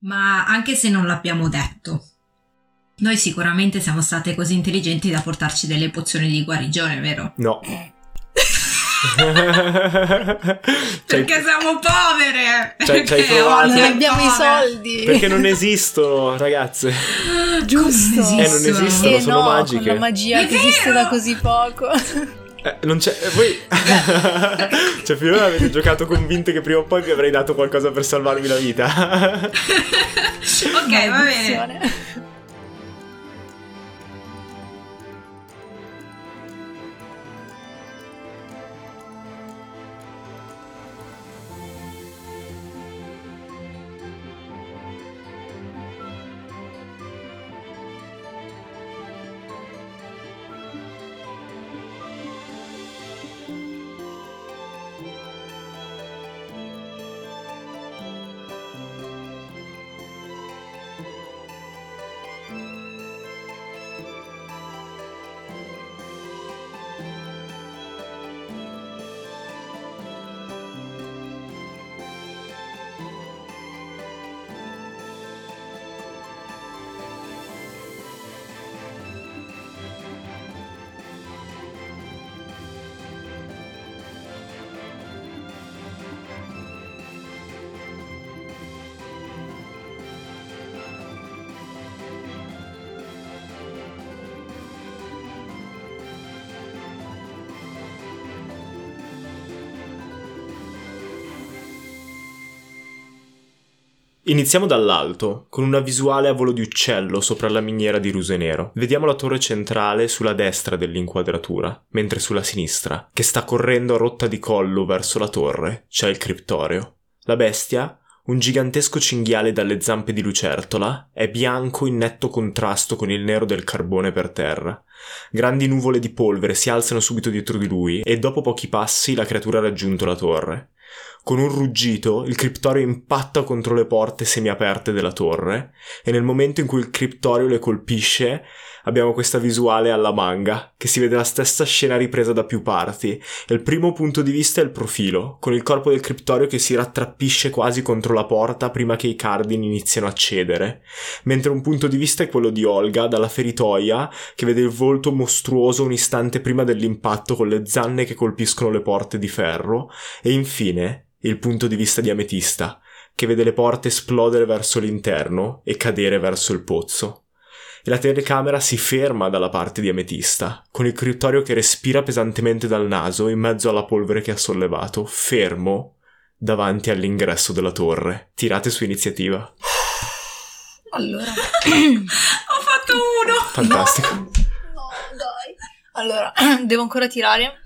Ma anche se non l'abbiamo detto, noi sicuramente siamo state così intelligenti da portarci delle pozioni di guarigione, vero? No. Perché siamo povere! C'hai provato. Non abbiamo i soldi. Perché non esistono, ragazze. Giusto. Non Non esistono, sono magiche. Con la magia È che esiste vero! da così poco. Non c'è. Voi. Cioè, finora avete giocato convinte che prima o poi vi avrei dato qualcosa per salvarmi la vita. Ok, va bene. Maledizione. Iniziamo dall'alto, con una visuale a volo di uccello sopra la miniera di Rusenero. Vediamo la torre centrale sulla destra dell'inquadratura, mentre sulla sinistra, che sta correndo a rotta di collo verso la torre, c'è il criptorio. La bestia, un gigantesco cinghiale dalle zampe di lucertola, è bianco in netto contrasto con il nero del carbone per terra. Grandi nuvole di polvere si alzano subito dietro di lui e dopo pochi passi la creatura ha raggiunto la torre. Con un ruggito, il criptorio impatta contro le porte semiaperte della torre e nel momento in cui il criptorio le colpisce abbiamo questa visuale alla manga, che si vede la stessa scena ripresa da più parti e il primo punto di vista è il profilo, con il corpo del criptorio che si rattrappisce quasi contro la porta prima che i cardini iniziano a cedere, mentre un punto di vista è quello di Olga dalla feritoia, che vede il volto mostruoso un istante prima dell'impatto con le zanne che colpiscono le porte di ferro e infine il punto di vista di Ametista, che vede le porte esplodere verso l'interno e cadere verso il pozzo. E la telecamera si ferma dalla parte di Ametista, con il criptorio che respira pesantemente dal naso in mezzo alla polvere che ha sollevato, fermo davanti all'ingresso della torre. Tirate su iniziativa. Allora. Ho fatto uno! Fantastico. No, dai. Allora, devo ancora tirare.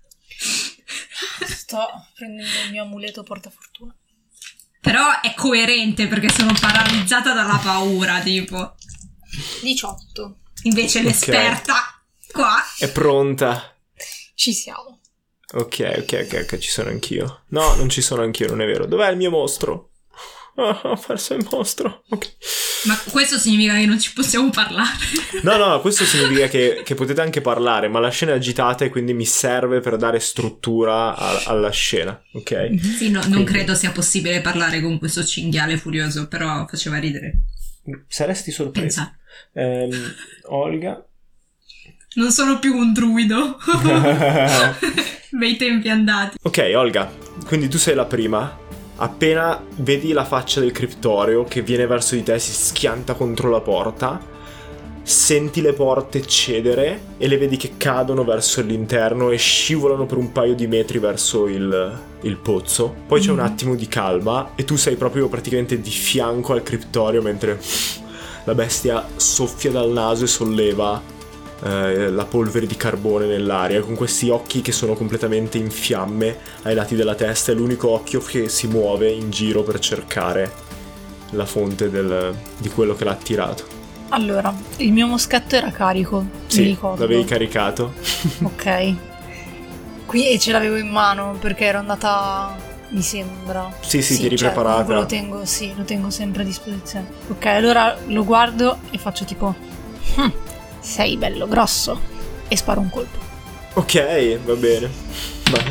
Sto prendendo il mio amuleto portafortuna. Però è coerente perché sono paralizzata dalla paura, tipo. 18. Invece l'esperta qua. È pronta. Ci siamo. Ok, ci sono anch'io. No, non ci sono anch'io, non è vero. Dov'è il mio mostro? Oh, ho perso il mostro. Ok. Ma questo significa che non ci possiamo parlare. No, questo significa che potete anche parlare, ma la scena è agitata e quindi mi serve per dare struttura alla scena, ok? Sì, non credo sia possibile parlare con questo cinghiale furioso, però faceva ridere. Saresti sorpresa. Olga. Non sono più un druido. Bei tempi andati. Ok, Olga, quindi tu sei la prima. Appena vedi la faccia del criptorio che viene verso di te, si schianta contro la porta, senti le porte cedere e le vedi che cadono verso l'interno e scivolano per un paio di metri verso il pozzo. Poi c'è un attimo di calma e tu sei proprio praticamente di fianco al criptorio mentre la bestia soffia dal naso e solleva la polvere di carbone nell'aria, con questi occhi che sono completamente in fiamme ai lati della testa. È l'unico occhio che si muove in giro per cercare la fonte di quello che l'ha attirato. Allora, il mio moschetto era carico, mi Sì, ricordo. l'avevi caricato. Ok. Qui e ce l'avevo in mano perché ero andata, mi sembra. Sì, ti eri preparata. Lo tengo sempre a disposizione. Ok, allora lo guardo e faccio tipo sei bello grosso e sparo un colpo. Ok, va bene. Vai.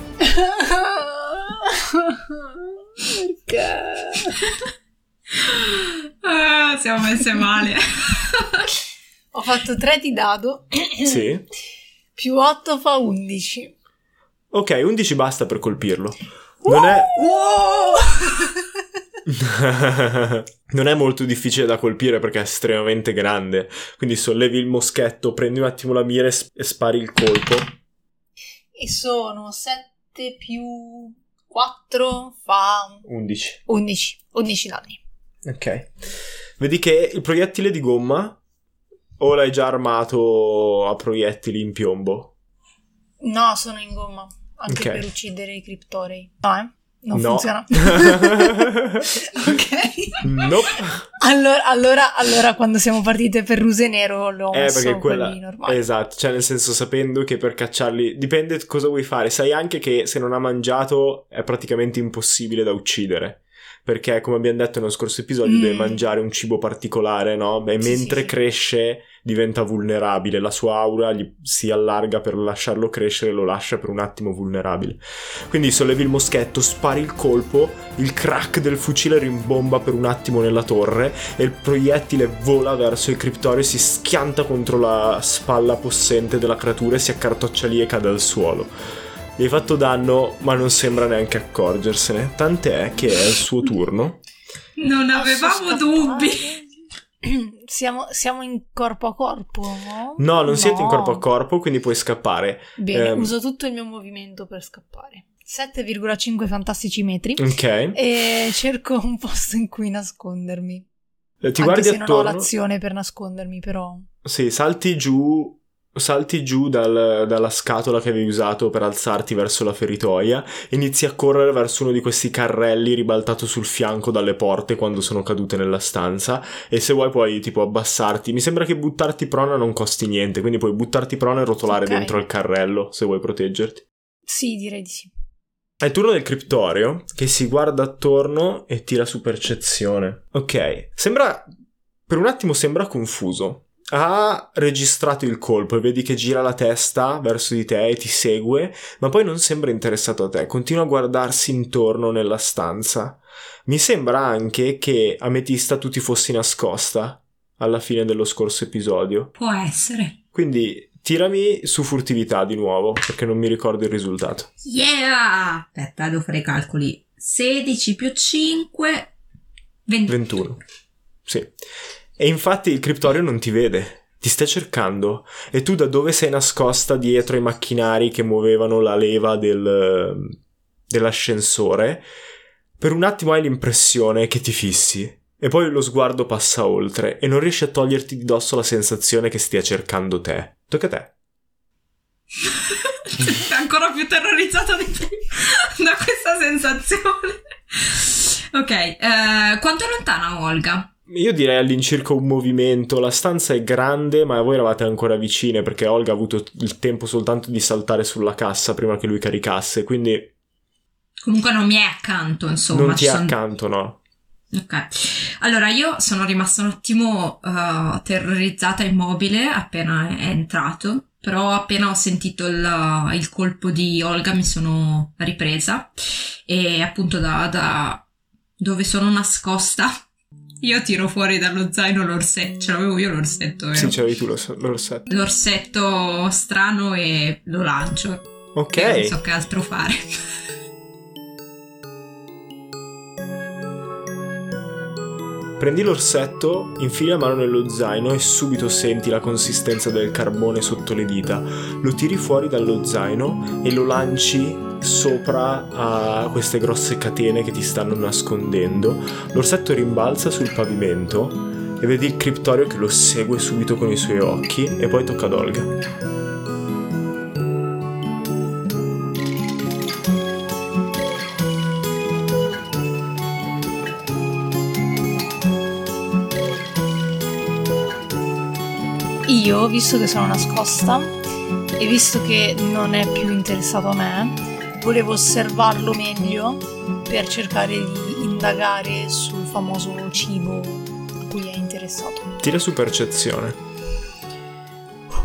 Perché? siamo messe male. Ho fatto 3 di dado. Sì. Più 8 fa 11. Ok, 11 basta per colpirlo. Non è... Non è molto difficile da colpire perché è estremamente grande. Quindi sollevi il moschetto, prendi un attimo la mira e spari il colpo. E sono 7 più 4 fa 11. 11 danni. Ok. Vedi che il proiettile di gomma o l'hai già armato a proiettili in piombo? No, sono in gomma. Anche Ok. per uccidere i criptorei. No, non No. funziona. Ok. Nope. Allora quando siamo partite per Ruse Nero l'ho messo Perché quella... quelli normali. Esatto, cioè nel senso sapendo che per cacciarli dipende cosa vuoi fare. Sai anche che se non ha mangiato è praticamente impossibile da uccidere. Perché come abbiamo detto nello scorso episodio deve mangiare un cibo particolare, no? E mentre Sì. cresce diventa vulnerabile, la sua aura gli si allarga per lasciarlo crescere, lo lascia per un attimo vulnerabile. Quindi sollevi il moschetto, spari il colpo, il crack del fucile rimbomba per un attimo nella torre e il proiettile vola verso il criptorio e si schianta contro la spalla possente della creatura e si accartoccia lì e cade al suolo. Gli hai fatto danno, ma non sembra neanche accorgersene. Tant'è che è il suo turno. Non avevamo dubbi. Siamo in corpo a corpo, no? No, non siete in corpo a corpo, quindi puoi scappare. Bene, uso tutto il mio movimento per scappare. 7,5 fantastici metri. Ok. E cerco un posto in cui nascondermi. Ti Anche guardi se attorno. non ho l'azione per nascondermi, però. Sì, salti giù dalla scatola che avevi usato per alzarti verso la feritoia, inizi a correre verso uno di questi carrelli ribaltato sul fianco dalle porte quando sono cadute nella stanza, e se vuoi puoi tipo abbassarti. Mi sembra che buttarti prona non costi niente, quindi puoi buttarti prona e rotolare Ok. dentro il carrello se vuoi proteggerti. Sì, direi di sì. È il turno del criptorio che si guarda attorno e tira su percezione. Ok, per un attimo sembra confuso. Ha registrato il colpo e vedi che gira la testa verso di te e ti segue, ma poi non sembra interessato a te, continua a guardarsi intorno nella stanza. Mi sembra anche che Ametista tu ti fossi nascosta alla fine dello scorso episodio. Può essere. Quindi tirami su furtività di nuovo, perché non mi ricordo il risultato. Yeah! Aspetta, devo fare i calcoli. 16 più 5... 21. Sì. E infatti il criptorio non ti vede, ti sta cercando, e tu da dove sei nascosta dietro ai macchinari che muovevano la leva dell'ascensore, per un attimo hai l'impressione che ti fissi, e poi lo sguardo passa oltre e non riesci a toglierti di dosso la sensazione che stia cercando te. Tocca a te. Sei ancora più terrorizzato di prima da questa sensazione. Ok, quanto è lontana Olga? Io direi all'incirca un movimento. La stanza è grande, ma voi eravate ancora vicine perché Olga ha avuto il tempo soltanto di saltare sulla cassa prima che lui caricasse, quindi Comunque non mi è accanto, insomma. non ti è accanto, no. Ok, allora io sono rimasta un attimo terrorizzata, immobile appena è entrato, però appena ho sentito il colpo di Olga mi sono ripresa e appunto da dove sono nascosta io tiro fuori dallo zaino l'orsetto, ce l'avevo io l'orsetto, vero? Sì, c'avevi tu l'orsetto. L'orsetto strano e lo lancio. Ok. Io non so che altro fare. Prendi l'orsetto, infili la mano nello zaino e subito senti la consistenza del carbone sotto le dita. Lo tiri fuori dallo zaino e lo lanci sopra a queste grosse catene che ti stanno nascondendo. L'orsetto rimbalza sul pavimento e vedi il criptorio che lo segue subito con i suoi occhi, e poi tocca ad Olga. Io, visto che sono nascosta e visto che non è più interessato a me, volevo osservarlo meglio per cercare di indagare sul famoso cibo a cui è interessato. Tira su percezione.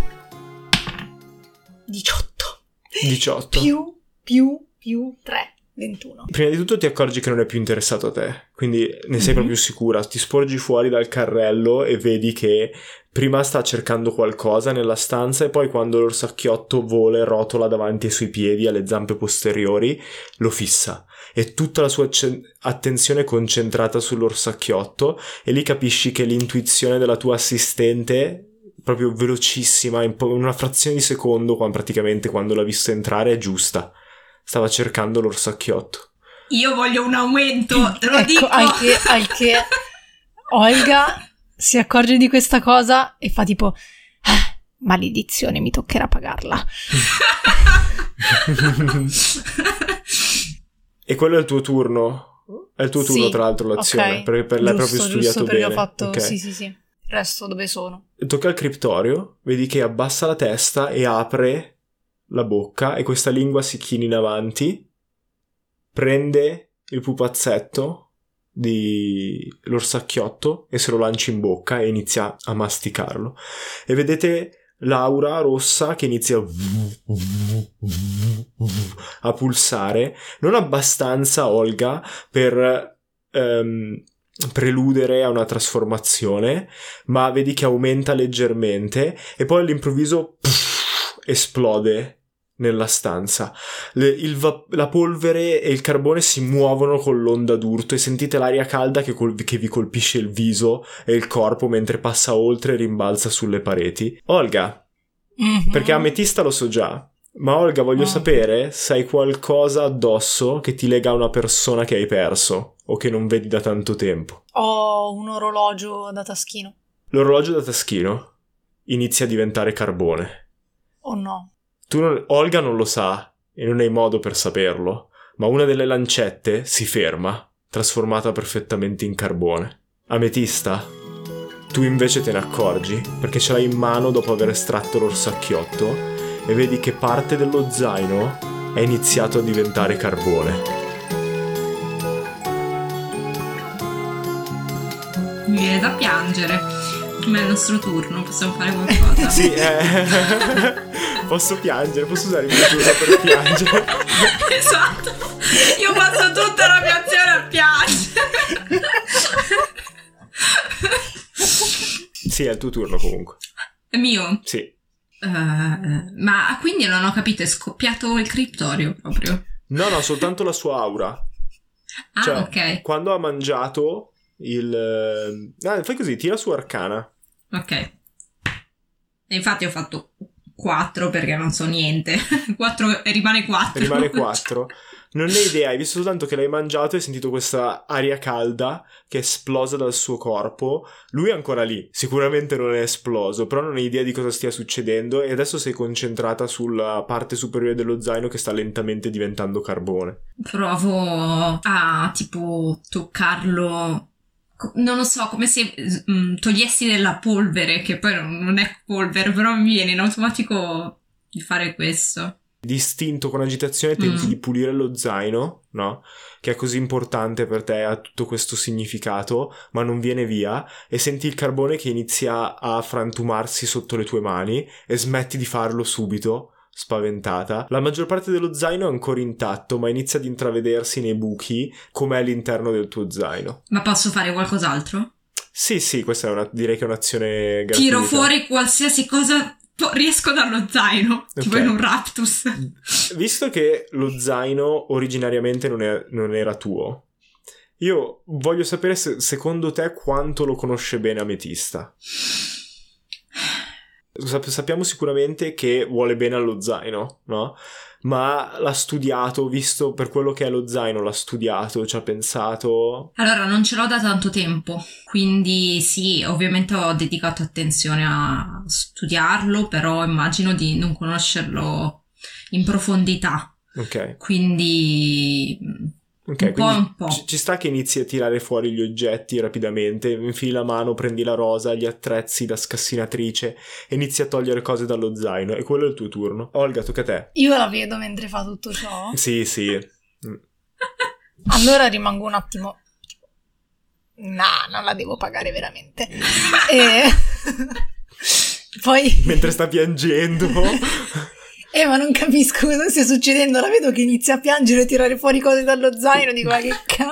18 18. più 3. 21. Prima di tutto ti accorgi che non è più interessato a te, quindi ne sei proprio sicura. Ti sporgi fuori dal carrello e vedi che prima sta cercando qualcosa nella stanza e poi quando l'orsacchiotto vola e rotola davanti ai suoi piedi, alle zampe posteriori, lo fissa. E tutta la sua attenzione è concentrata sull'orsacchiotto e lì capisci che l'intuizione della tua assistente, proprio velocissima, in una frazione di secondo, praticamente quando l'ha visto entrare, è giusta. Stava cercando l'orsacchiotto. Io voglio un aumento, te lo ecco, dico. Al che Olga si accorge di questa cosa e fa tipo maledizione, mi toccherà pagarla. E quello è il tuo turno? È il tuo turno, tra l'altro, l'azione, okay. perché l'hai proprio studiato bene. Ho fatto, okay. Sì. Resto dove sono. Tocca al criptorio, vedi che abbassa la testa e apre la bocca e questa lingua si china in avanti, prende il pupazzetto di l'orsacchiotto e se lo lancia in bocca e inizia a masticarlo. E vedete l'aura rossa che inizia a pulsare, non abbastanza, Olga, per preludere a una trasformazione, ma vedi che aumenta leggermente e poi all'improvviso esplode nella stanza. La polvere e il carbone si muovono con l'onda d'urto e sentite l'aria calda che vi colpisce il viso e il corpo mentre passa oltre e rimbalza sulle pareti. Olga, perché Ametista lo so già, ma Olga voglio sapere se hai qualcosa addosso che ti lega a una persona che hai perso o che non vedi da tanto tempo. Ho un orologio da taschino. L'orologio da taschino inizia a diventare carbone. Oh no. Olga non lo sa e non hai modo per saperlo, ma una delle lancette si ferma, trasformata perfettamente in carbone. Ametista, tu invece te ne accorgi perché ce l'hai in mano dopo aver estratto l'orsacchiotto e vedi che parte dello zaino è iniziato a diventare carbone. Mi viene da piangere. Ma è il nostro turno, possiamo fare qualcosa. Sì, posso piangere, posso usare il mio turno per piangere. Esatto, io passo tutta la mia azione a piangere. Sì, è il tuo turno comunque. È mio? Sì. Ma quindi non ho capito, è scoppiato il criptorio proprio? No, soltanto la sua aura. Ah, cioè, ok. Quando ha mangiato fai così, tira su Arcana. Ok. E infatti ho fatto 4 perché non so niente. 4 e rimane 4. Rimane 4. Non ne hai idea, hai visto soltanto che l'hai mangiato e hai sentito questa aria calda che è esplosa dal suo corpo. Lui è ancora lì, sicuramente non è esploso, però non hai idea di cosa stia succedendo e adesso sei concentrata sulla parte superiore dello zaino che sta lentamente diventando carbone. Provo a tipo toccarlo. Non lo so, come se togliessi della polvere, che poi non è polvere, però mi viene in automatico di fare questo. Distinto, con agitazione tenti di pulire lo zaino, no? Che è così importante per te, ha tutto questo significato, ma non viene via, e senti il carbone che inizia a frantumarsi sotto le tue mani e smetti di farlo subito, spaventata. La maggior parte dello zaino è ancora intatto, ma inizia ad intravedersi nei buchi com'è all'interno del tuo zaino. Ma posso fare qualcos'altro? Sì, questa è direi che è un'azione gratuita. Tiro fuori qualsiasi cosa riesco dallo zaino, tipo in un raptus. Visto che lo zaino originariamente non era tuo, io voglio sapere se secondo te quanto lo conosce bene Ametista. Sappiamo sicuramente che vuole bene allo zaino, no? Ma l'ha studiato, visto per quello che è lo zaino, l'ha studiato, ci ha pensato. Allora, non ce l'ho da tanto tempo, quindi sì, ovviamente ho dedicato attenzione a studiarlo, però immagino di non conoscerlo in profondità. Ok. Quindi un po'. Ci sta che inizi a tirare fuori gli oggetti rapidamente, infili la mano, prendi la rosa, gli attrezzi da scassinatrice e inizi a togliere cose dallo zaino, e quello è il tuo turno. Olga, tocca a te. Io la vedo mentre fa tutto ciò? Sì. Allora rimango un attimo... No, non la devo pagare veramente. E... Poi... Mentre sta piangendo... Ma non capisco cosa stia succedendo. La vedo che inizia a piangere e tirare fuori cose dallo zaino. Dico, ma che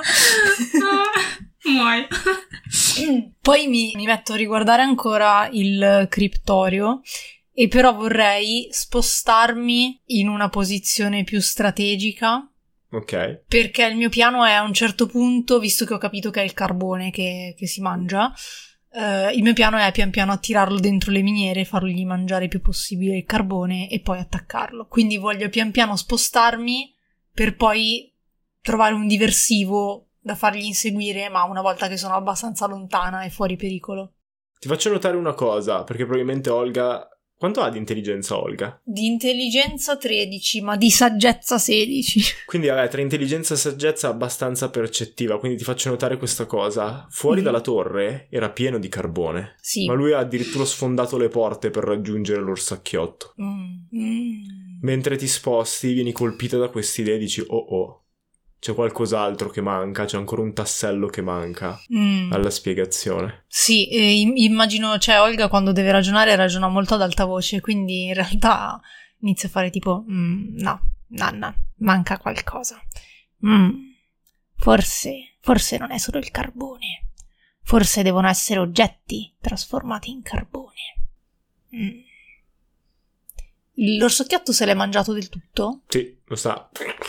Muoio. Poi mi metto a riguardare ancora il criptorio, e però vorrei spostarmi in una posizione più strategica. Ok. Perché il mio piano è, a un certo punto, visto che ho capito che è il carbone che si mangia, il mio piano è pian piano attirarlo dentro le miniere, fargli mangiare il più possibile il carbone e poi attaccarlo. Quindi voglio pian piano spostarmi per poi trovare un diversivo da fargli inseguire, ma una volta che sono abbastanza lontana e fuori pericolo. Ti faccio notare una cosa, perché probabilmente Olga... Quanto ha di intelligenza Olga? Di intelligenza 13, ma di saggezza 16. Quindi vabbè, tra intelligenza e saggezza abbastanza percettiva, quindi ti faccio notare questa cosa. Fuori dalla torre era pieno di carbone. Sì. Ma lui ha addirittura sfondato le porte per raggiungere l'orsacchiotto. Mentre ti sposti vieni colpita da quest'idea e dici oh, c'è qualcos'altro che manca, c'è ancora un tassello che manca alla spiegazione. Sì, immagino, cioè Olga quando deve ragionare ragiona molto ad alta voce, quindi in realtà inizia a fare tipo no, manca qualcosa. Forse non è solo il carbone. Forse devono essere oggetti trasformati in carbone. L'orsacchiotto se l'è mangiato del tutto? Sì, lo sa.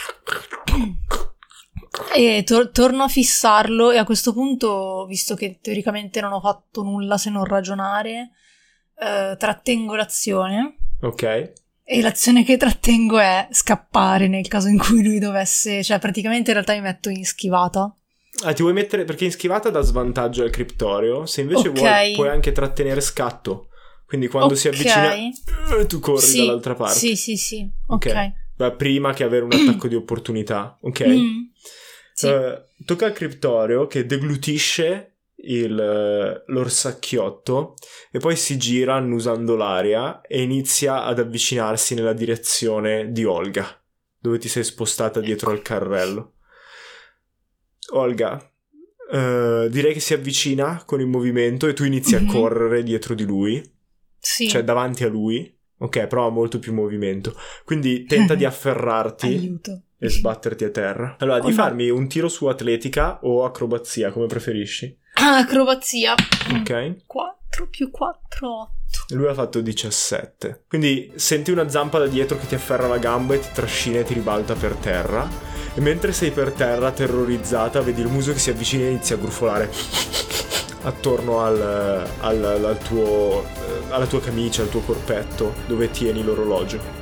E torno a fissarlo, e a questo punto, visto che teoricamente non ho fatto nulla se non ragionare, trattengo l'azione. Ok. E l'azione che trattengo è scappare nel caso in cui lui dovesse... Cioè, praticamente in realtà mi metto in schivata. Ah, ti vuoi mettere... Perché in schivata dà svantaggio al criptorio. Se invece vuoi, puoi anche trattenere scatto. Quindi quando si avvicina... tu corri dall'altra parte. Sì. Ok. Beh, prima che avere un attacco di opportunità. Ok. Sì. Tocca al criptorio che deglutisce l'orsacchiotto e poi si gira annusando l'aria e inizia ad avvicinarsi nella direzione di Olga, dove ti sei spostata dietro al carrello. Olga, direi che si avvicina con il movimento e tu inizi a correre dietro di lui, cioè davanti a lui. Ok, però ha molto più movimento, quindi tenta di afferrarti. Aiuto. E sbatterti a terra. Allora, di farmi un tiro su atletica o acrobazia, come preferisci? Acrobazia. Ok. 4 più 4, 8. Lui ha fatto 17. Quindi senti una zampa da dietro che ti afferra la gamba e ti trascina e ti ribalta per terra. E mentre sei per terra, terrorizzata, vedi il muso che si avvicina e inizia a grufolare attorno alla tua camicia, al tuo corpetto, dove tieni l'orologio.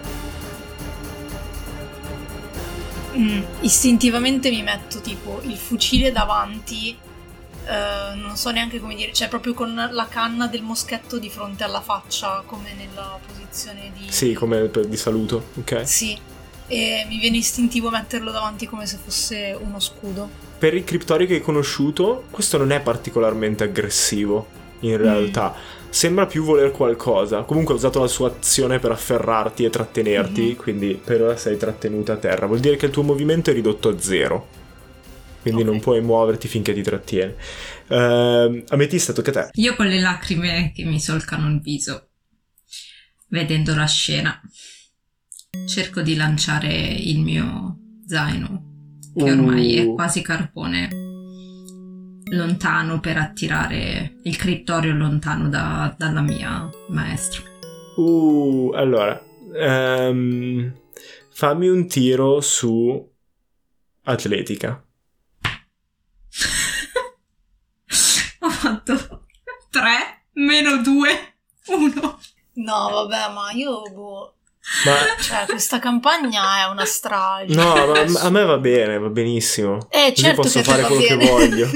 Istintivamente mi metto tipo il fucile davanti, non so neanche come dire, cioè proprio con la canna del moschetto di fronte alla faccia, come nella posizione di... Sì, come di saluto, ok? Sì, e mi viene istintivo metterlo davanti come se fosse uno scudo. Per il criptorio che hai conosciuto, questo non è particolarmente aggressivo, in realtà. Sembra più voler qualcosa. Comunque ha usato la sua azione per afferrarti e trattenerti, quindi per ora sei trattenuta a terra. Vuol dire che il tuo movimento è ridotto a 0. Quindi non puoi muoverti finché ti trattiene. Ametista, tocca a te. Io con le lacrime che mi solcano il viso, vedendo la scena, cerco di lanciare il mio zaino, che ormai è quasi carbone, lontano, per attirare il criptorio lontano dalla mia maestra. Allora fammi un tiro su atletica. Ho fatto 3 meno 2 1. No vabbè, ma io cioè questa campagna è una strage. No, ma a me va bene, va benissimo. Così certo posso che fare va quello bene. che voglio.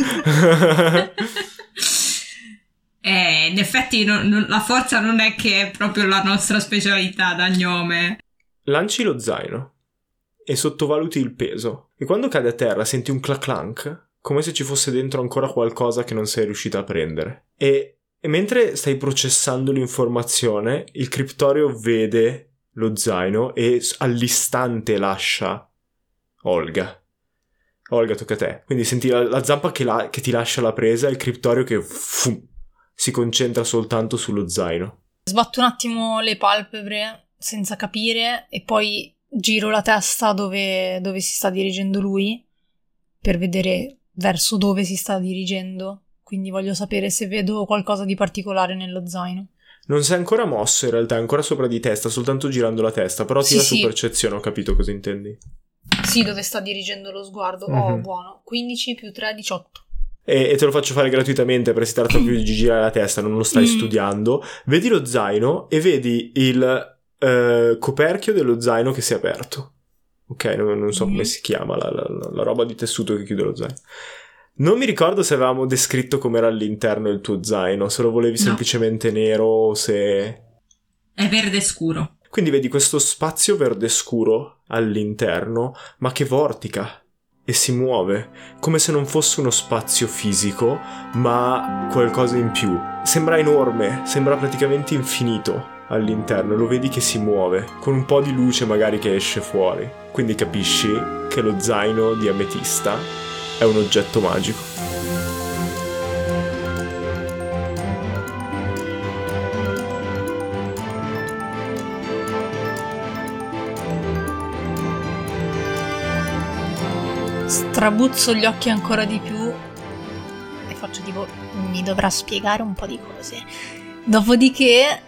In effetti la forza non è che è proprio la nostra specialità da gnome. Lanci lo zaino e sottovaluti il peso. E quando cade a terra senti un clac-clank, come se ci fosse dentro ancora qualcosa che non sei riuscita a prendere. E mentre stai processando l'informazione, il criptorio vede lo zaino e all'istante lascia Olga. Olga, tocca a te. Quindi senti la zampa che ti lascia la presa e il criptorio che si concentra soltanto sullo zaino. Sbatto un attimo le palpebre senza capire e poi giro la testa dove si sta dirigendo lui per vedere verso dove si sta dirigendo. Quindi voglio sapere se vedo qualcosa di particolare nello zaino. Non si è ancora mosso in realtà, è ancora sopra di te, sta soltanto girando la testa, però tira su percezione, ho capito cosa intendi. Sì, dove sta dirigendo lo sguardo. Oh, buono. 15 più 3, 18. E te lo faccio fare gratuitamente perché si tratta proprio di girare la testa, non lo stai studiando. Vedi lo zaino e vedi il coperchio dello zaino che si è aperto. Ok, non so come si chiama la roba di tessuto che chiude lo zaino. Non mi ricordo se avevamo descritto com'era all'interno il tuo zaino, se lo volevi semplicemente nero o se... È verde scuro. Quindi vedi questo spazio verde scuro all'interno, ma che vortica e si muove, come se non fosse uno spazio fisico, ma qualcosa in più. Sembra enorme, sembra praticamente infinito all'interno, lo vedi che si muove, con un po' di luce magari che esce fuori. Quindi capisci che lo zaino di Ametista è un oggetto magico. Strabuzzo gli occhi ancora di più e faccio tipo, mi dovrà spiegare un po' di cose. Dopodiché...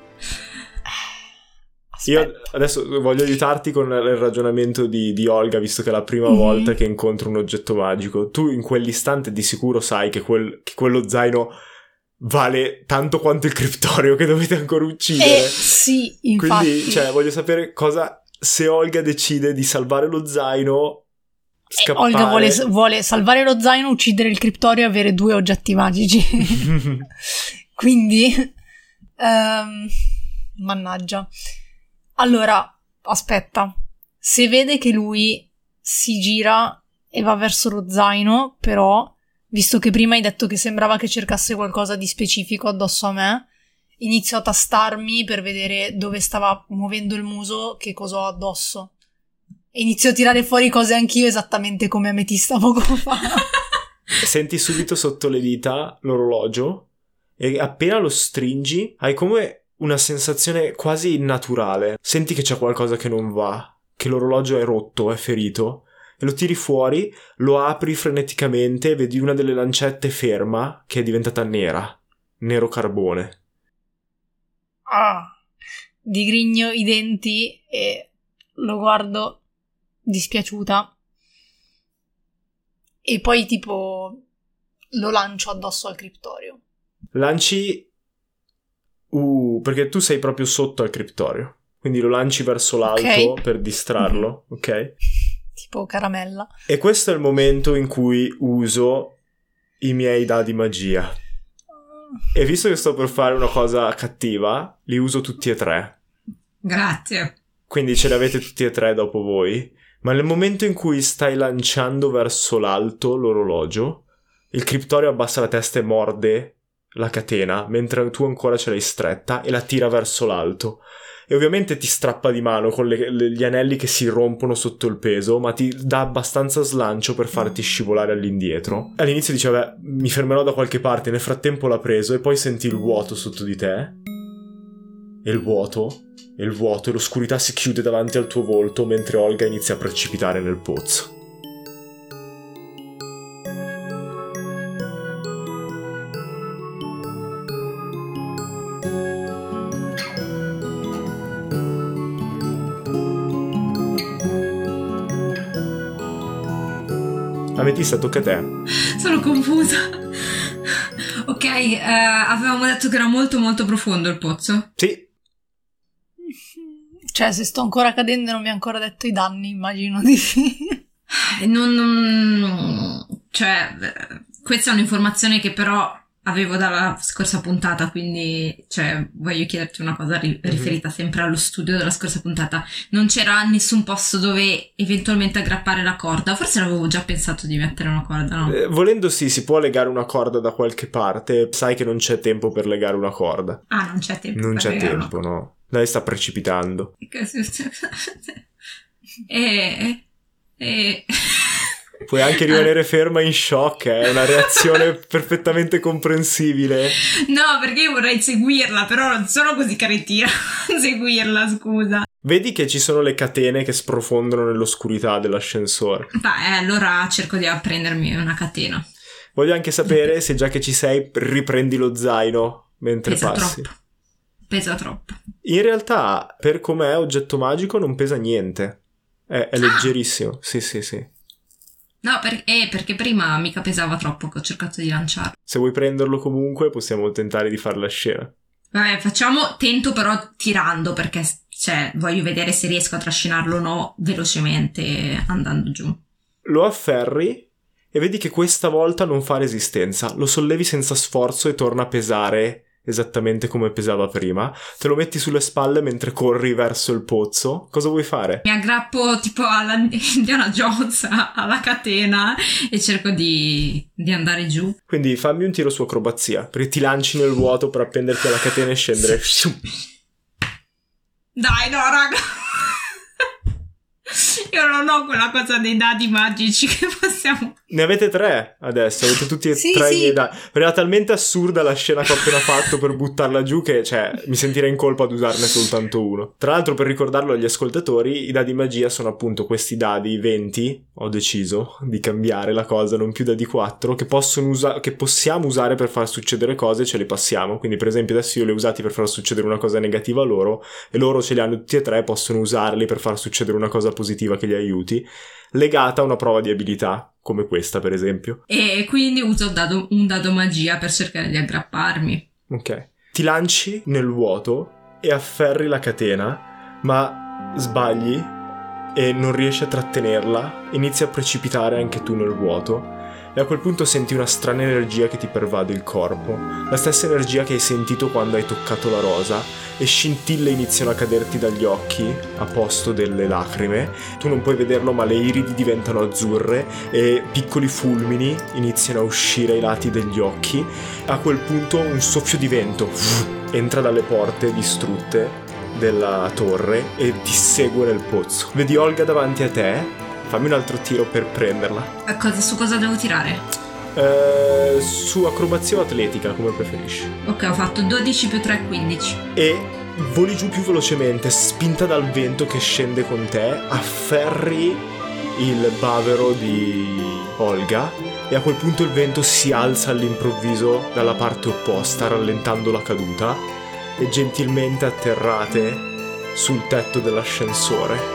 Io adesso voglio aiutarti con il ragionamento di Olga, visto che è la prima volta che incontro un oggetto magico. Tu in quell'istante di sicuro sai che quello zaino vale tanto quanto il criptorio che dovete ancora uccidere. Sì, infatti. Quindi, cioè, voglio sapere cosa... Se Olga decide di salvare lo zaino, scappare... Olga vuole salvare lo zaino, uccidere il criptorio e avere 2 oggetti magici. Quindi... mannaggia. Allora, aspetta, se vede che lui si gira e va verso lo zaino, però, visto che prima hai detto che sembrava che cercasse qualcosa di specifico addosso a me, inizio a tastarmi per vedere dove stava muovendo il muso, che cosa ho addosso. E inizio a tirare fuori cose anch'io esattamente come Ametista poco fa. Senti subito sotto le dita l'orologio e appena lo stringi hai come... una sensazione quasi innaturale. Senti che c'è qualcosa che non va, che l'orologio è rotto, è ferito, e lo tiri fuori, lo apri freneticamente e vedi una delle lancette ferma che è diventata nero carbone. Digrigno i denti e lo guardo dispiaciuta e poi tipo lo lancio addosso al criptorio. Lanci... perché tu sei proprio sotto al criptorio, quindi lo lanci verso l'alto per distrarlo, ok? Tipo caramella. E questo è il momento in cui uso i miei dadi magia. E visto che sto per fare una cosa cattiva, li uso tutti e 3. Grazie. Quindi ce li avete tutti e 3 dopo voi. Ma nel momento in cui stai lanciando verso l'alto l'orologio, il criptorio abbassa la testa e morde la catena, mentre tu ancora ce l'hai stretta e la tira verso l'alto. E ovviamente ti strappa di mano con gli anelli che si rompono sotto il peso, ma ti dà abbastanza slancio per farti scivolare all'indietro. All'inizio dice, vabbè, mi fermerò da qualche parte, nel frattempo l'ha preso e poi senti il vuoto sotto di te. E il vuoto, e l'oscurità si chiude davanti al tuo volto mentre Olga inizia a precipitare nel pozzo. Ametista, tocca a te. Sono confusa. Ok, avevamo detto che era molto molto profondo il pozzo? Sì. Cioè, se sto ancora cadendo non mi ha ancora detto i danni, immagino di sì. Cioè, questa è un'informazione che però avevo dalla scorsa puntata, quindi, cioè, voglio chiederti una cosa riferita sempre allo studio della scorsa puntata. Non c'era nessun posto dove eventualmente aggrappare la corda? Forse l'avevo già pensato di mettere una corda, no? Volendo sì, si può legare una corda da qualche parte. Sai che non c'è tempo per legare una corda. Ah, non c'è tempo. Non c'è tempo, no. Lei sta precipitando. Puoi anche rimanere ferma in shock, è una reazione perfettamente comprensibile. No, perché io vorrei seguirla, però non sono così caretina. Seguirla, scusa. Vedi che ci sono le catene che sprofondano nell'oscurità dell'ascensore. Beh, allora cerco di apprendermi una catena. Voglio anche sapere se già che ci sei riprendi lo zaino mentre passi. Pesa troppo. In realtà, per com'è oggetto magico, non pesa niente. È leggerissimo. Sì. No, perché prima mica pesava troppo che ho cercato di lanciarlo. Se vuoi prenderlo comunque, possiamo tentare di fare la scena. Vabbè, tento però tirando, perché voglio vedere se riesco a trascinarlo o no velocemente andando giù. Lo afferri e vedi che questa volta non fa resistenza. Lo sollevi senza sforzo e torna a pesare esattamente come pesava prima. Te lo metti sulle spalle mentre corri verso il pozzo. Cosa vuoi fare? Mi aggrappo tipo alla Indiana Jones alla catena e cerco di andare giù. Quindi fammi un tiro su acrobazia, perché ti lanci nel vuoto per appenderti alla catena e scendere. Dai, no, raga. Io non ho quella cosa dei dadi magici che possiamo... Ne avete 3 adesso, avete tutti e tre i miei dadi. Era talmente assurda la scena che ho appena fatto per buttarla giù che, mi sentirei in colpa ad usarne soltanto uno. Tra l'altro, per ricordarlo agli ascoltatori, i dadi magia sono appunto questi dadi 20, ho deciso di cambiare la cosa, non più dadi 4, che possiamo usare per far succedere cose e ce le passiamo. Quindi per esempio adesso io li ho usati per far succedere una cosa negativa a loro e loro ce li hanno tutti e 3, possono usarli per far succedere una cosa positiva che li aiuti, legata a una prova di abilità, come questa per esempio. E quindi uso un dado magia per cercare di aggrapparmi. Ok. Ti lanci nel vuoto e afferri la catena, ma sbagli e non riesci a trattenerla, inizi a precipitare anche tu nel vuoto e a quel punto senti una strana energia che ti pervade il corpo, la stessa energia che hai sentito quando hai toccato la rosa, e scintille iniziano a caderti dagli occhi a posto delle lacrime. Tu non puoi vederlo, ma le iridi diventano azzurre e piccoli fulmini iniziano a uscire ai lati degli occhi. A quel punto un soffio di vento entra dalle porte distrutte della torre e ti segue nel pozzo. Vedi Olga davanti a te. Fammi un altro tiro per prenderla. Su cosa devo tirare? Su acrobazia o atletica, come preferisci. Ok, ho fatto 12 più 3, 15. E voli giù più velocemente, spinta dal vento che scende con te, afferri il bavero di Olga e a quel punto il vento si alza all'improvviso dalla parte opposta, rallentando la caduta, e gentilmente atterrate sul tetto dell'ascensore.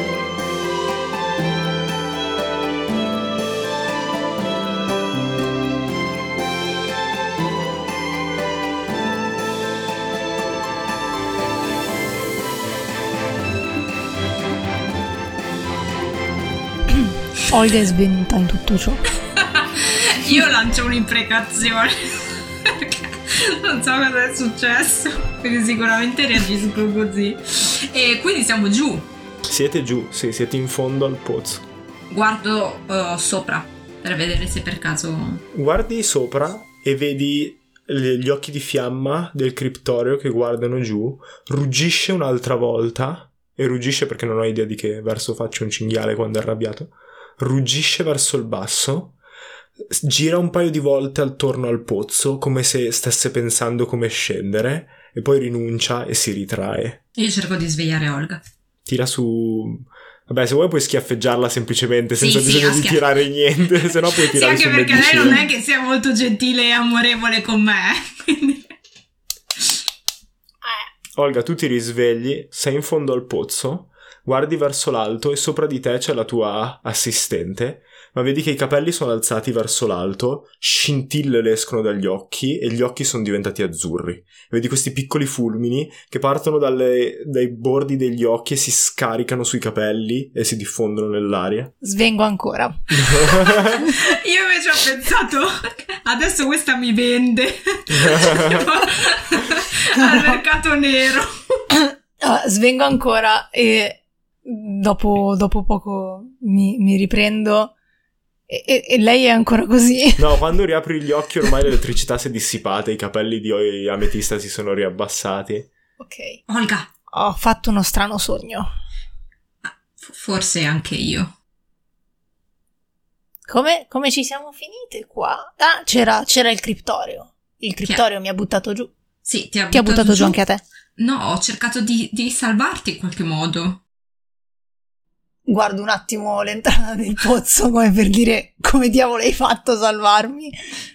Olga è svenuta in tutto ciò. Io lancio un'imprecazione perché non so cosa è successo, quindi sicuramente reagisco così. E quindi siamo giù. Siete giù, sì, siete in fondo al pozzo. Guardo sopra per vedere se per caso... Guardi sopra e vedi gli occhi di fiamma del criptorio che guardano giù. Ruggisce un'altra volta, e ruggisce perché non ho idea di che verso faccia un cinghiale quando è arrabbiato. Ruggisce verso il basso, gira un paio di volte attorno al pozzo come se stesse pensando come scendere e poi rinuncia e si ritrae. Io cerco di svegliare Olga. Tira su... Vabbè, se vuoi puoi schiaffeggiarla semplicemente senza Sì, bisogno di tirare niente, se no puoi tirare sì, su anche perché medicina. lei non è che sia molto gentile e amorevole con me, quindi... Olga, tu ti risvegli, sei in fondo al pozzo, guardi verso l'alto e sopra di te c'è la tua assistente, ma vedi che i capelli sono alzati verso l'alto, scintille le escono dagli occhi e gli occhi sono diventati azzurri. Vedi questi piccoli fulmini che partono dai bordi degli occhi e si scaricano sui capelli e si diffondono nell'aria. Svengo ancora. Io invece ho pensato, adesso questa mi vende al mercato nero. Svengo ancora e dopo poco mi riprendo e lei è ancora così. No, quando riapri gli occhi ormai l'elettricità si è dissipata, i capelli di Ametista si sono riabbassati. Ok. Olga. Ho fatto uno strano sogno. Forse anche io. Come ci siamo finite qua? Ah, c'era il criptorio. Il criptorio mi ha buttato giù. Sì, ti ha buttato giù anche a te. No, ho cercato di salvarti in qualche modo. Guardo un attimo l'entrata del pozzo come per dire come diavolo hai fatto a salvarmi.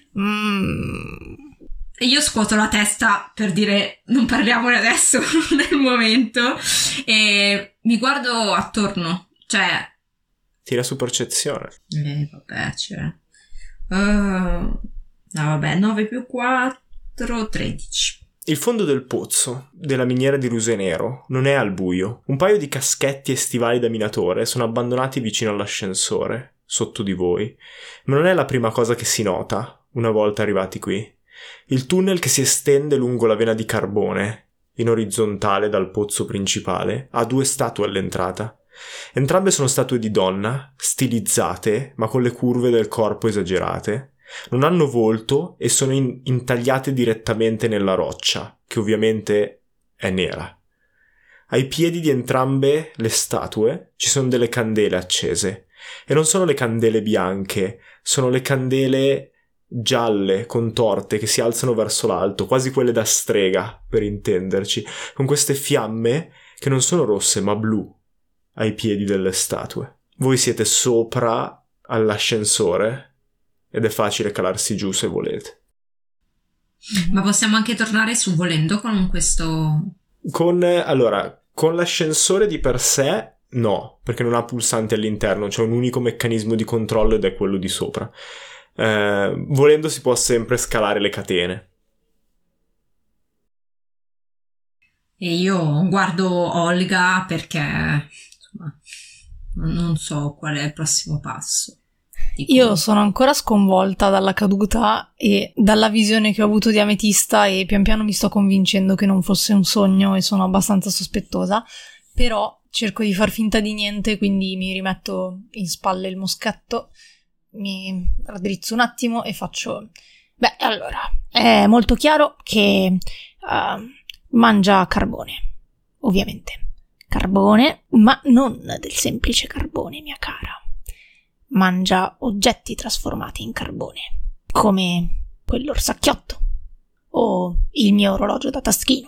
E io scuoto la testa per dire non parliamone adesso nel momento e mi guardo attorno, cioè... Tira su percezione. Vabbè, cioè... no, vabbè, 9 più 4, 13. Il fondo del pozzo della miniera di Rusenero non è al buio. Un paio di caschetti e stivali da minatore sono abbandonati vicino all'ascensore, sotto di voi. Ma non è la prima cosa che si nota una volta arrivati qui. Il tunnel che si estende lungo la vena di carbone, in orizzontale dal pozzo principale, ha 2 statue all'entrata. Entrambe sono statue di donna, stilizzate, ma con le curve del corpo esagerate. Non hanno volto e sono intagliate direttamente nella roccia, che ovviamente è nera. Ai piedi di entrambe le statue ci sono delle candele accese. E non sono le candele bianche, sono le candele gialle, contorte, che si alzano verso l'alto, quasi quelle da strega, per intenderci, con queste fiamme che non sono rosse ma blu ai piedi delle statue. Voi siete sopra all'ascensore ed è facile calarsi giù se volete. Ma possiamo anche tornare su volendo con questo... Con l'ascensore di per sé no, perché non ha pulsanti all'interno, c'è un unico meccanismo di controllo ed è quello di sopra. Volendo si può sempre scalare le catene. E io guardo Olga perché insomma, non so qual è il prossimo passo. Io sono ancora sconvolta dalla caduta e dalla visione che ho avuto di Ametista e pian piano mi sto convincendo che non fosse un sogno e sono abbastanza sospettosa, però cerco di far finta di niente, quindi mi rimetto in spalle il moschetto, mi raddrizzo un attimo e faccio... Beh, allora, è molto chiaro che mangia carbone, ovviamente. Carbone, ma non del semplice carbone, mia cara. Mangia oggetti trasformati in carbone, come quell'orsacchiotto o il mio orologio da taschino.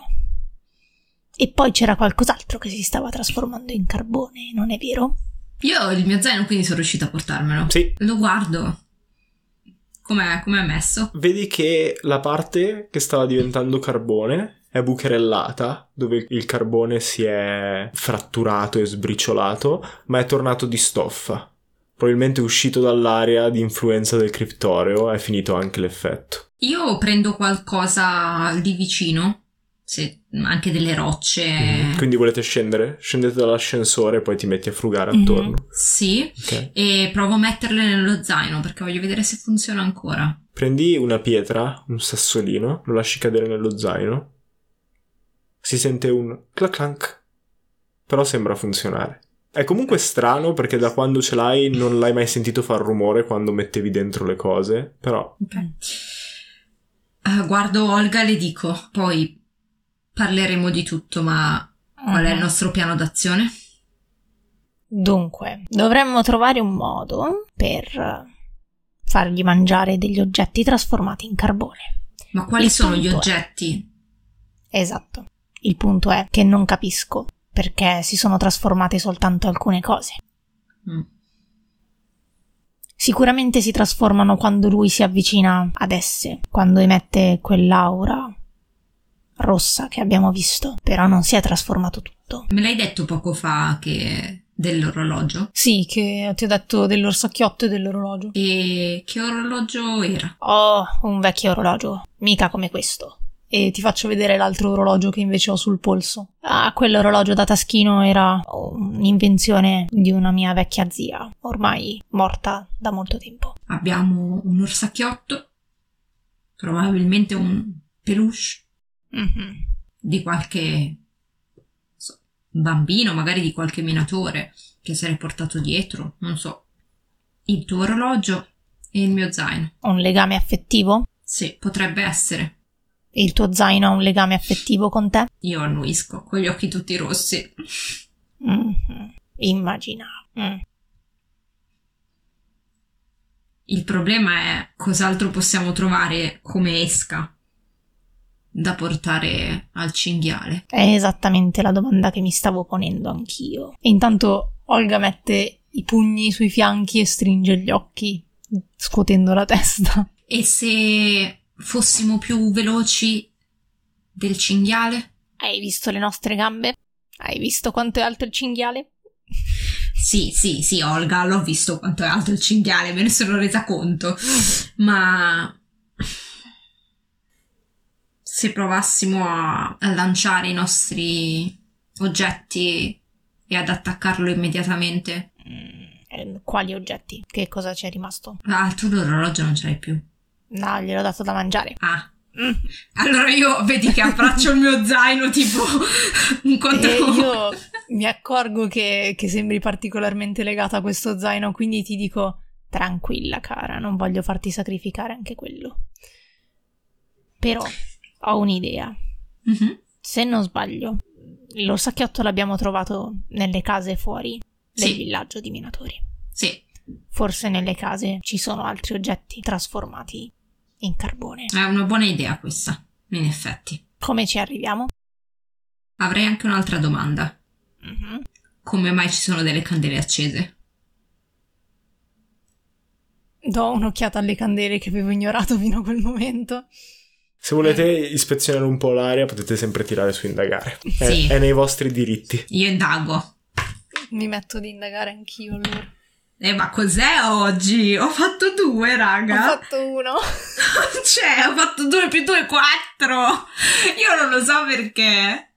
E poi c'era qualcos'altro che si stava trasformando in carbone, non è vero? Io il mio zaino quindi sono riuscita a portarmelo. Sì. Lo guardo. Com'è messo? Vedi che la parte che stava diventando carbone è bucherellata, dove il carbone si è fratturato e sbriciolato, ma è tornato di stoffa. Probabilmente uscito dall'area di influenza del criptoreo è finito anche l'effetto. Io prendo qualcosa lì vicino, anche delle rocce. Quindi volete scendere? Scendete dall'ascensore e poi ti metti a frugare attorno. Sì, okay. E provo a metterle nello zaino perché voglio vedere se funziona ancora. Prendi una pietra, un sassolino, lo lasci cadere nello zaino. Si sente un clac clank, però sembra funzionare. È comunque strano perché da quando ce l'hai non l'hai mai sentito far rumore quando mettevi dentro le cose, però... Okay. Guardo Olga e le dico, poi parleremo di tutto, ma qual è il nostro piano d'azione? Dunque, dovremmo trovare un modo per fargli mangiare degli oggetti trasformati in carbone. Ma quali sono gli oggetti? Esatto. Il punto è che non capisco perché si sono trasformate soltanto alcune cose. Sicuramente si trasformano quando lui si avvicina ad esse, quando emette quell'aura rossa che abbiamo visto, però non si è trasformato tutto. Me l'hai detto poco fa che dell'orologio? Sì, che ti ho detto dell'orsacchiotto e dell'orologio. E che orologio era? Oh, un vecchio orologio, mica come questo. E ti faccio vedere l'altro orologio che invece ho sul polso. Ah, quell'orologio da taschino era un'invenzione di una mia vecchia zia, ormai morta da molto tempo. Abbiamo un orsacchiotto, probabilmente un peluche di qualche bambino, magari di qualche minatore che se l'è portato dietro, non so. Il tuo orologio e il mio zaino. Un legame affettivo? Sì, potrebbe essere. E il tuo zaino ha un legame affettivo con te? Io annuisco, con gli occhi tutti rossi. Immaginavo. Il problema è cos'altro possiamo trovare come esca da portare al cinghiale. È esattamente la domanda che mi stavo ponendo anch'io. E intanto Olga mette i pugni sui fianchi e stringe gli occhi, scuotendo la testa. E se fossimo più veloci del cinghiale? Hai visto le nostre gambe? Hai visto quanto è alto il cinghiale? Sì, Olga, l'ho visto quanto è alto il cinghiale, me ne sono resa conto. Ma se provassimo a lanciare i nostri oggetti e ad attaccarlo immediatamente? Quali oggetti? Che cosa c'è rimasto? Ah, tu l'orologio non ce l'hai più. No, gliel'ho dato da mangiare. Ah. Allora io vedi che abbraccio il mio zaino tipo un conto. E io mi accorgo che sembri particolarmente legata a questo zaino, quindi ti dico: tranquilla cara, non voglio farti sacrificare anche quello. Però ho un'idea. Mm-hmm. Se non sbaglio, lo sacchiotto l'abbiamo trovato nelle case fuori del villaggio di minatori. Sì. Forse nelle case ci sono altri oggetti trasformati in carbone. È una buona idea questa, in effetti. Come ci arriviamo? Avrei anche un'altra domanda. Mm-hmm. Come mai ci sono delle candele accese? Do un'occhiata alle candele che avevo ignorato fino a quel momento. Se volete ispezionare un po' l'area potete sempre tirare su indagare. Sì. È nei vostri diritti. Io indago. Mi metto ad indagare anch'io allora. Ma cos'è oggi? Ho fatto 2, raga. Ho fatto 1. Cioè, ho fatto 2 più 2, 4. Io non lo so perché.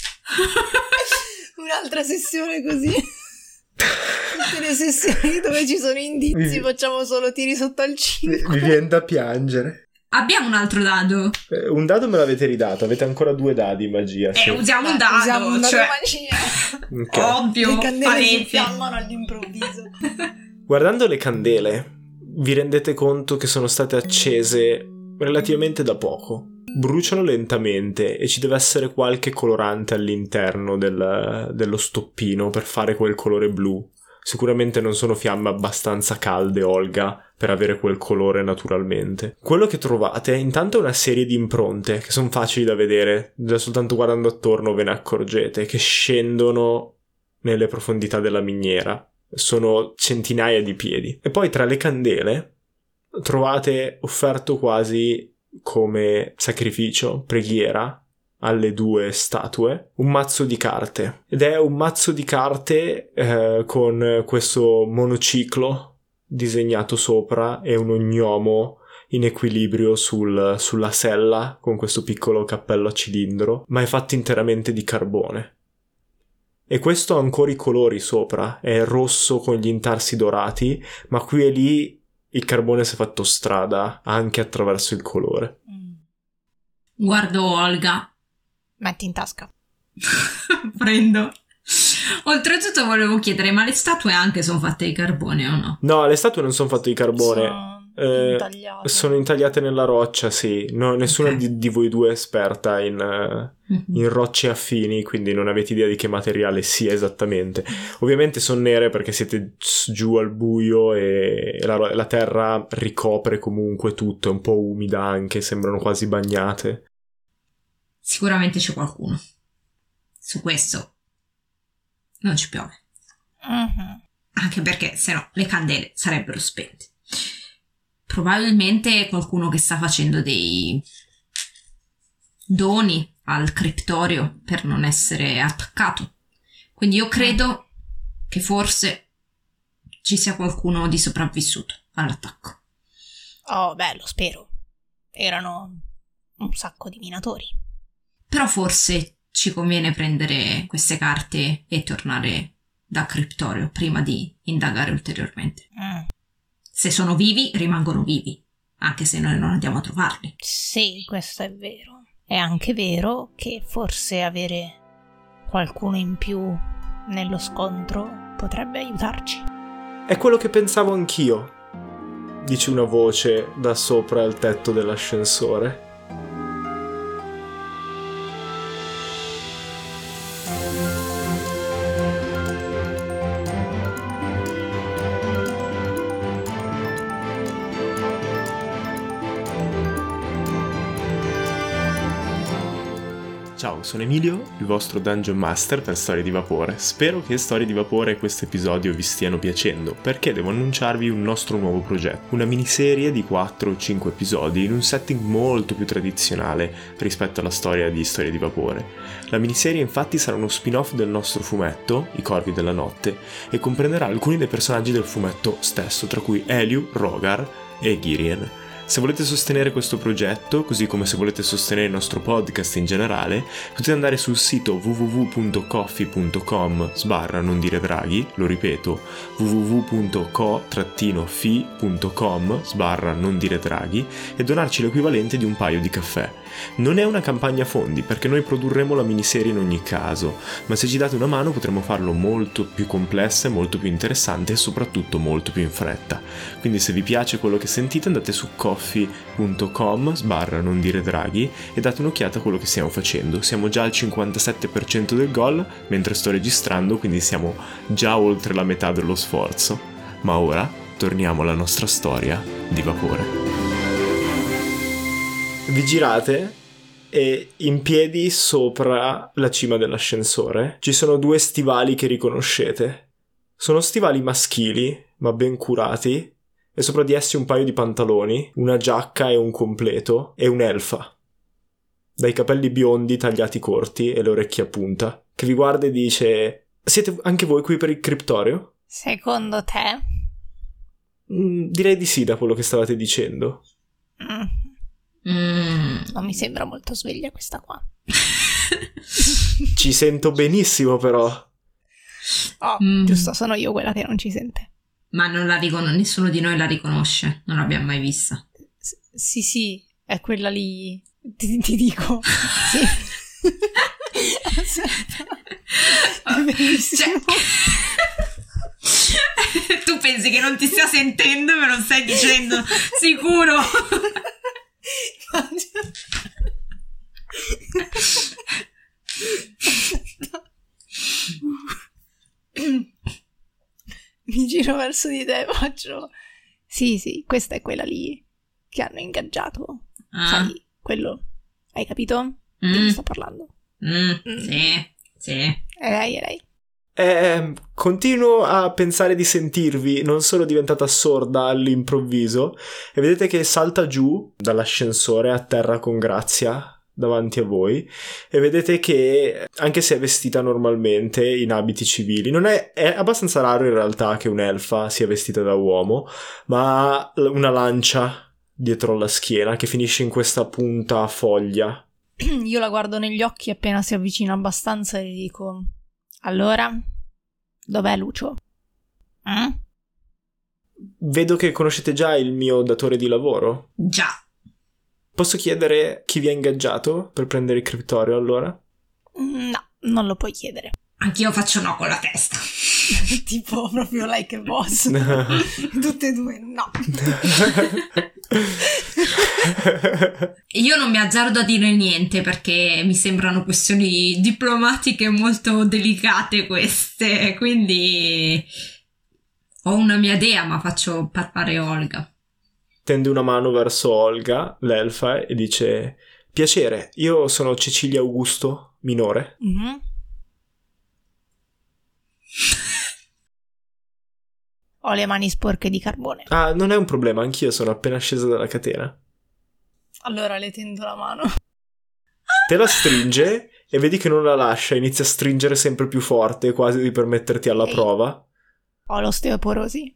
Un'altra sessione così. Tutte le sessioni dove ci sono indizi facciamo solo tiri sotto al 5. Mi viene da piangere. Abbiamo un altro dado. Un dado me l'avete ridato, avete ancora 2 dadi magia. Sì. Usiamo un dado. Usiamo un dado cioè... Okay. Ovvio. Le candele si palese. infiammano all'improvviso. Guardando le candele, vi rendete conto che sono state accese relativamente da poco. Bruciano lentamente e ci deve essere qualche colorante all'interno dello stoppino per fare quel colore blu. Sicuramente non sono fiamme abbastanza calde, Olga, per avere quel colore naturalmente. Quello che trovate è intanto una serie di impronte che sono facili da vedere, già soltanto guardando attorno ve ne accorgete, che scendono nelle profondità della miniera. Sono centinaia di piedi. E poi tra le candele trovate offerto quasi come sacrificio, preghiera, alle 2 statue, un mazzo di carte. Ed è un mazzo di carte con questo monociclo disegnato sopra e un ognomo in equilibrio sulla sella con questo piccolo cappello a cilindro, ma è fatto interamente di carbone. E questo ha ancora i colori sopra, è rosso con gli intarsi dorati, ma qui e lì il carbone si è fatto strada anche attraverso il colore. Guardo Olga. Metti in tasca. Prendo. Oltretutto volevo chiedere, ma le statue anche sono fatte di carbone o no? No, le statue non sono fatte di carbone. Intagliate. Sono intagliate nella roccia, sì. No, nessuna di voi due è esperta in rocce affini, quindi non avete idea di che materiale sia esattamente. Ovviamente sono nere perché siete giù al buio e la terra ricopre comunque tutto, è un po' umida anche, sembrano quasi bagnate. Sicuramente c'è qualcuno. Su questo non ci piove. Anche perché se no le candele sarebbero spente. Probabilmente qualcuno che sta facendo dei doni al criptorio per non essere attaccato. Quindi io credo che forse ci sia qualcuno di sopravvissuto all'attacco. Oh, beh, lo spero. Erano un sacco di minatori. Però forse ci conviene prendere queste carte e tornare da criptorio prima di indagare ulteriormente. Se sono vivi, rimangono vivi, anche se noi non andiamo a trovarli. Sì, questo è vero. È anche vero che forse avere qualcuno in più nello scontro potrebbe aiutarci. È quello che pensavo anch'io, dice una voce da sopra il tetto dell'ascensore. Ciao, sono Emilio, il vostro Dungeon Master per Storie di Vapore. Spero che Storie di Vapore e questo episodio vi stiano piacendo, perché devo annunciarvi un nostro nuovo progetto, una miniserie di 4 o 5 episodi in un setting molto più tradizionale rispetto alla storia di Storie di Vapore. La miniserie infatti sarà uno spin-off del nostro fumetto, I Corvi della Notte, e comprenderà alcuni dei personaggi del fumetto stesso, tra cui Eliu, Rogar e Girien. Se volete sostenere questo progetto, così come se volete sostenere il nostro podcast in generale, potete andare sul sito www.coffee.com/nondiredraghi, lo ripeto, www.co-fi.com/nondiredraghi e donarci l'equivalente di un paio di caffè. Non è una campagna fondi, perché noi produrremo la miniserie in ogni caso, ma se ci date una mano potremo farlo molto più complessa, molto più interessante e soprattutto molto più in fretta. Quindi se vi piace quello che sentite andate su coffee.com/nondiredraghi e date un'occhiata a quello che stiamo facendo. Siamo già al 57% del goal mentre sto registrando, quindi siamo già oltre la metà dello sforzo. Ma ora torniamo alla nostra storia di vapore. Vi girate e in piedi sopra la cima dell'ascensore ci sono 2 stivali che riconoscete. Sono stivali maschili, ma ben curati, e sopra di essi un paio di pantaloni, una giacca e un completo, e un'elfa, dai capelli biondi tagliati corti e le orecchie a punta, che vi guarda e dice: siete anche voi qui per il criptorio? Secondo te? Direi di sì, da quello che stavate dicendo. Non mi sembra molto sveglia questa qua. Ci sento benissimo, però. Oh, giusto, sono io quella che non ci sente. Ma non la nessuno di noi la riconosce, non l'abbiamo mai vista. Sì, è quella lì. Ti dico. Sì. Aspetta. È bellissimo. Tu pensi che non ti stia sentendo, me lo stai dicendo, sicuro? Mi giro verso di te e faccio: sì, questa è quella lì che hanno ingaggiato. Sai, quello, hai capito? Di chi sto parlando? Sì. È lei. Continuo a pensare di sentirvi, non sono diventata sorda all'improvviso, e vedete che salta giù dall'ascensore, atterra con grazia davanti a voi, e vedete che, anche se è vestita normalmente in abiti civili, non è abbastanza raro in realtà che un'elfa sia vestita da uomo, ma ha una lancia dietro la schiena che finisce in questa punta a foglia. Io la guardo negli occhi appena si avvicina abbastanza e gli dico: allora, dov'è Lucio? Vedo che conoscete già il mio datore di lavoro. Già. Posso chiedere chi vi ha ingaggiato per prendere il criptorio, allora? No, non lo puoi chiedere. Anch'io faccio no con la testa. Tipo proprio like a boss. Tutte e due no. Io non mi azzardo a dire niente perché mi sembrano questioni diplomatiche molto delicate queste, quindi ho una mia idea, ma faccio parlare Olga. Tende una mano verso Olga, l'elfa, e dice: piacere, io sono Cecilia Augusto, minore. Ho le mani sporche di carbone. Ah, non è un problema, anch'io sono appena scesa dalla catena. Allora le tendo la mano. Te la stringe e vedi che non la lascia, inizia a stringere sempre più forte, quasi per metterti alla prova. Ho l'osteoporosi.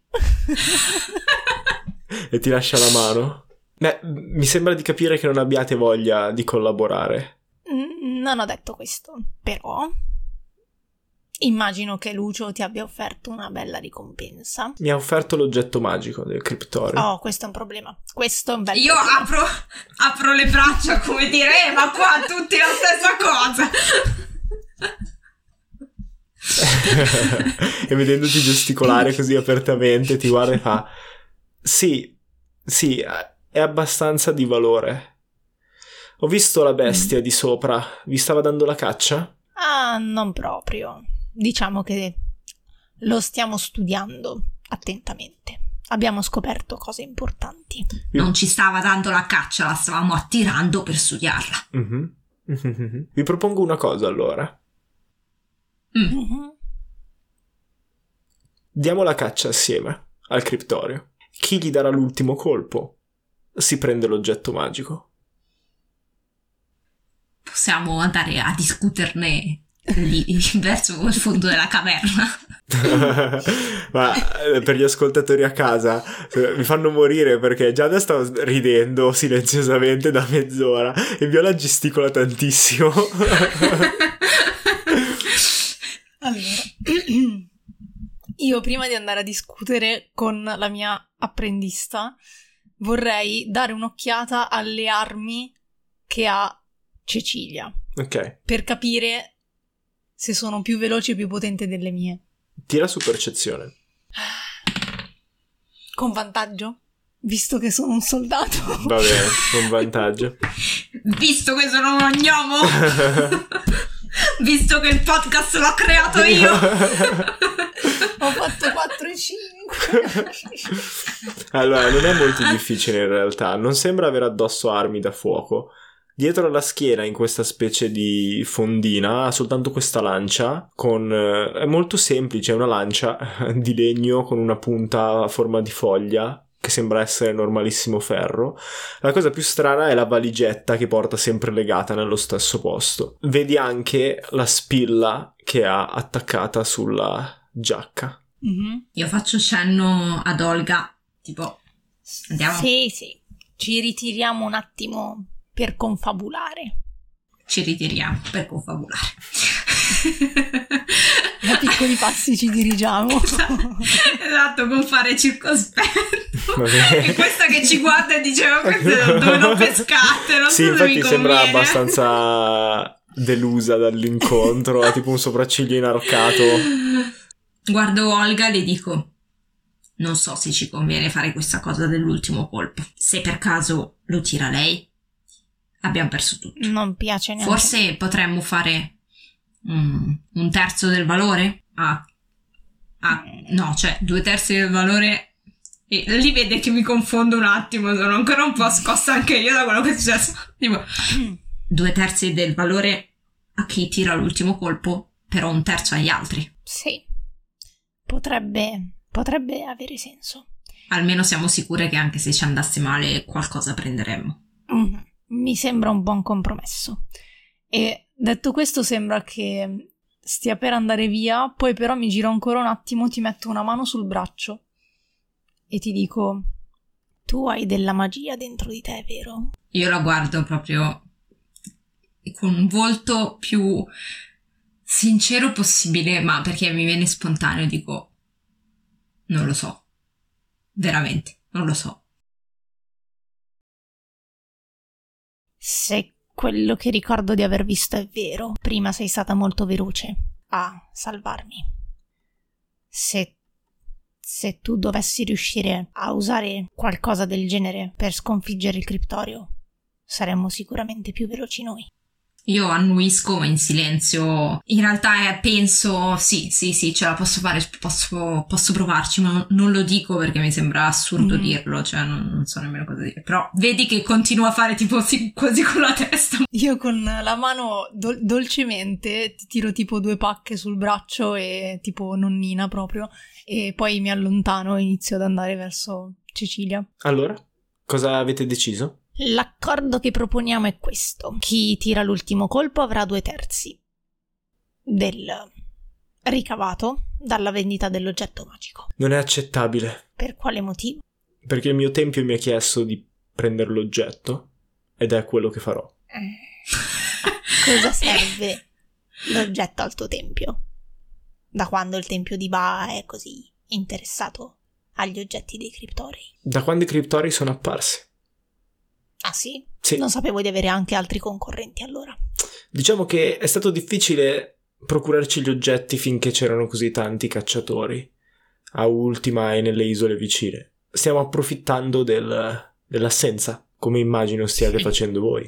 E ti lascia la mano. Beh, mi sembra di capire che non abbiate voglia di collaborare. Non ho detto questo, però immagino che Lucio ti abbia offerto una bella ricompensa. Mi ha offerto l'oggetto magico del criptorio. Oh, questo è un problema. Questo è un bel Io problema. apro le braccia come dire, ma qua tutti la stessa cosa. E vedendoti gesticolare così apertamente ti guarda e fa: sì, è abbastanza di valore. Ho visto la bestia di sopra, vi stava dando la caccia? Ah, non proprio. Diciamo che lo stiamo studiando attentamente. Abbiamo scoperto cose importanti. Non ci stava dando la caccia, la stavamo attirando per studiarla. Vi propongo una cosa allora. Diamo la caccia assieme al criptorio. Chi gli darà l'ultimo colpo si prende l'oggetto magico. Possiamo andare a discuterne lì verso il fondo della caverna. Ma per gli ascoltatori a casa mi fanno morire perché Giada sta ridendo silenziosamente da mezz'ora e Viola gesticola tantissimo. Allora, io prima di andare a discutere con la mia apprendista vorrei dare un'occhiata alle armi che ha Cecilia. Ok. Per capire se sono più veloci o più potenti delle mie. Tira su percezione. Con vantaggio? Visto che sono un soldato. Va bene, con vantaggio. Visto che sono un gnomo. Visto che il podcast l'ho creato io. Ho fatto 4 e 5. Allora, non è molto difficile in realtà. Non sembra avere addosso armi da fuoco. Dietro alla schiena, in questa specie di fondina, ha soltanto questa lancia è molto semplice, è una lancia di legno con una punta a forma di foglia che sembra essere normalissimo ferro. La cosa più strana è la valigetta che porta sempre legata nello stesso posto. Vedi anche la spilla che ha attaccata sulla giacca. Io faccio cenno ad Olga, tipo, andiamo. Sì, ci ritiriamo un attimo per confabulare. Ci ritiriamo per confabulare. A piccoli passi ci dirigiamo. Esatto, con fare circospetto. Vabbè. E questa che ci guarda e dice: ma queste dove non pescate? Non Sì, so se mi infatti sembra conviene. abbastanza delusa dall'incontro, ha tipo un sopracciglio inarcato. Guardo Olga e le dico: non so se ci conviene fare questa cosa dell'ultimo colpo. Se per caso lo tira lei, abbiamo perso tutto. Non piace neanche. Forse potremmo fare un terzo del valore? No, cioè 2/3 del valore. E lì vede che mi confondo un attimo, sono ancora un po' scossa anche io da quello che è successo. Tipo, 2/3 del valore a chi tira l'ultimo colpo, però 1/3 agli altri. Sì, potrebbe avere senso. Almeno siamo sicure che anche se ci andasse male qualcosa prenderemmo. Mi sembra un buon compromesso. E detto questo sembra che stia per andare via, poi però mi giro ancora un attimo, ti metto una mano sul braccio e ti dico: tu hai della magia dentro di te, vero? Io la guardo proprio con un volto più sincero possibile, ma perché mi viene spontaneo, dico: non lo so, veramente, non lo so. Se quello che ricordo di aver visto è vero, prima sei stata molto veloce a salvarmi. Se tu dovessi riuscire a usare qualcosa del genere per sconfiggere il criptorio, saremmo sicuramente più veloci noi. Io annuisco ma in silenzio. In realtà penso sì, ce la posso fare, posso provarci, ma non lo dico perché mi sembra assurdo dirlo, cioè non so nemmeno cosa dire. Però vedi che continua a fare tipo così con la testa. Io con la mano dolcemente ti tiro tipo 2 pacche sul braccio e tipo nonnina proprio, e poi mi allontano e inizio ad andare verso Cecilia. Allora, cosa avete deciso? L'accordo che proponiamo è questo. Chi tira l'ultimo colpo avrà 2/3 del ricavato dalla vendita dell'oggetto magico. Non è accettabile. Per quale motivo? Perché il mio tempio mi ha chiesto di prendere l'oggetto ed è quello che farò. Cosa serve l'oggetto al tuo tempio? Da quando il tempio di Ba è così interessato agli oggetti dei criptorei? Da quando i criptori sono apparsi. Ah sì? Sì. Non sapevo di avere anche altri concorrenti allora. Diciamo che è stato difficile procurarci gli oggetti finché c'erano così tanti cacciatori a Ultima e nelle isole vicine. Stiamo approfittando dell'assenza, come immagino stiate facendo voi.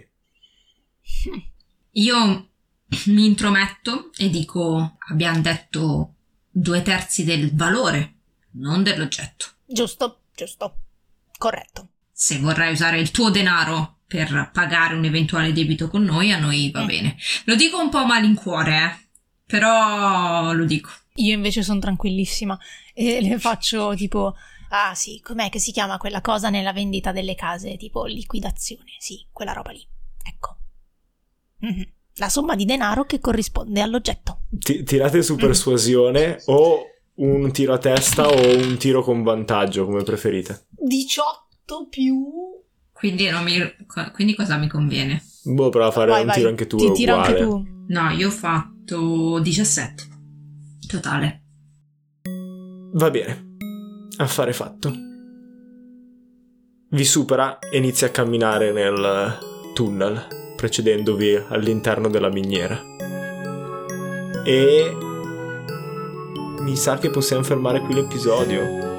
Io mi intrometto e dico: abbiamo detto 2/3 del valore, non dell'oggetto. Giusto, corretto. Se vorrai usare il tuo denaro per pagare un eventuale debito con noi, a noi va bene. Lo dico un po' a malincuore, però lo dico. Io invece sono tranquillissima e le faccio tipo, ah sì, com'è che si chiama quella cosa nella vendita delle case, tipo liquidazione, sì, quella roba lì, ecco. La somma di denaro che corrisponde all'oggetto. Tirate su persuasione o un tiro a testa o un tiro con vantaggio, come preferite. 18 più... Quindi cosa mi conviene? Boh, prova a fare un tiro anche tu, è tira uguale. Anche tu. No, io ho fatto 17 totale. Va bene, affare fatto. Vi supera e inizia a camminare nel tunnel, precedendovi all'interno della miniera. E mi sa che possiamo fermare qui l'episodio.